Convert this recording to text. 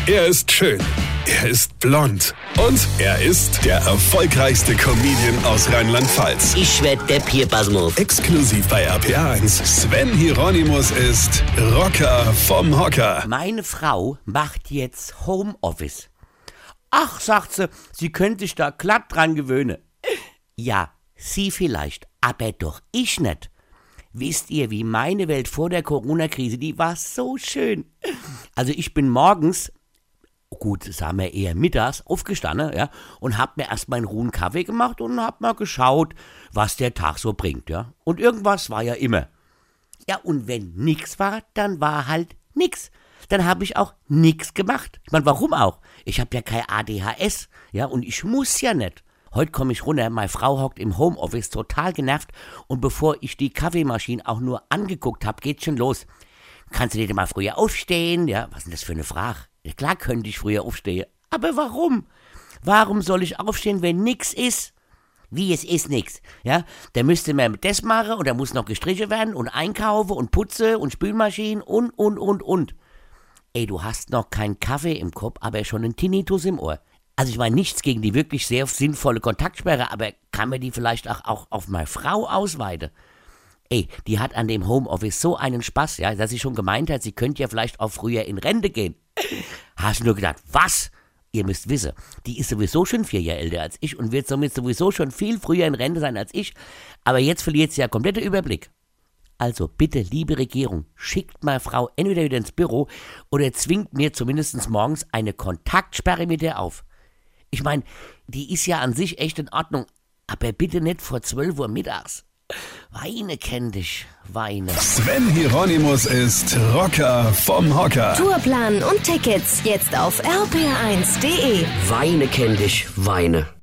Er ist schön. Er ist blond. Und er ist der erfolgreichste Comedian aus Rheinland-Pfalz. Ich werd der Pierpasmus. Exklusiv bei RPA1. Sven Hieronymus ist Rocker vom Hocker. Meine Frau macht jetzt Homeoffice. Ach, sagt sie könnte sich da glatt dran gewöhnen. Ja, sie vielleicht, aber doch ich nicht. Wisst ihr, wie meine Welt vor der Corona-Krise, die war so schön. Also ich bin morgens, gut, sagen wir eher mittags, aufgestanden, ja, und hab mir erstmal einen ruhen Kaffee gemacht und hab mal geschaut, was der Tag so bringt, ja. Und irgendwas war ja immer. Ja, und wenn nix war, dann war halt nix. Dann habe ich auch nix gemacht. Ich meine, warum auch? Ich habe ja kein ADHS, ja, und ich muss ja nicht. Heute komme ich runter, meine Frau hockt im Homeoffice, total genervt, und bevor ich die Kaffeemaschine auch nur angeguckt habe, geht's schon los. Kannst du nicht mal früher aufstehen? Ja, was ist denn das für eine Frage? Ja, klar könnte ich früher aufstehen, aber warum? Warum soll ich aufstehen, wenn nix ist? Wie, es ist nix, ja? Da müsste man das machen und da muss noch gestrichen werden und einkaufen und putzen und Spülmaschinen und. Ey, du hast noch keinen Kaffee im Kopf, aber schon einen Tinnitus im Ohr. Also ich meine nichts gegen die wirklich sehr sinnvolle Kontaktsperre, aber kann man die vielleicht auch auf meine Frau ausweiten? Ey, die hat an dem Homeoffice so einen Spaß, ja, dass sie schon gemeint hat, sie könnte ja vielleicht auch früher in Rente gehen. Hast du nur gedacht, was? Ihr müsst wissen, die ist sowieso schon 4 Jahre älter als ich und wird somit sowieso schon viel früher in Rente sein als ich. Aber jetzt verliert sie ja komplett den Überblick. Also bitte, liebe Regierung, schickt meine Frau entweder wieder ins Büro oder zwingt mir zumindest morgens eine Kontaktsperre mit ihr auf. Ich meine, die ist ja an sich echt in Ordnung, aber bitte nicht vor 12 Uhr mittags. Weine kenn dich, weine. Sven Hieronymus ist Rocker vom Hocker. Tourplan und Tickets jetzt auf rpr1.de. Weine kenn dich, weine.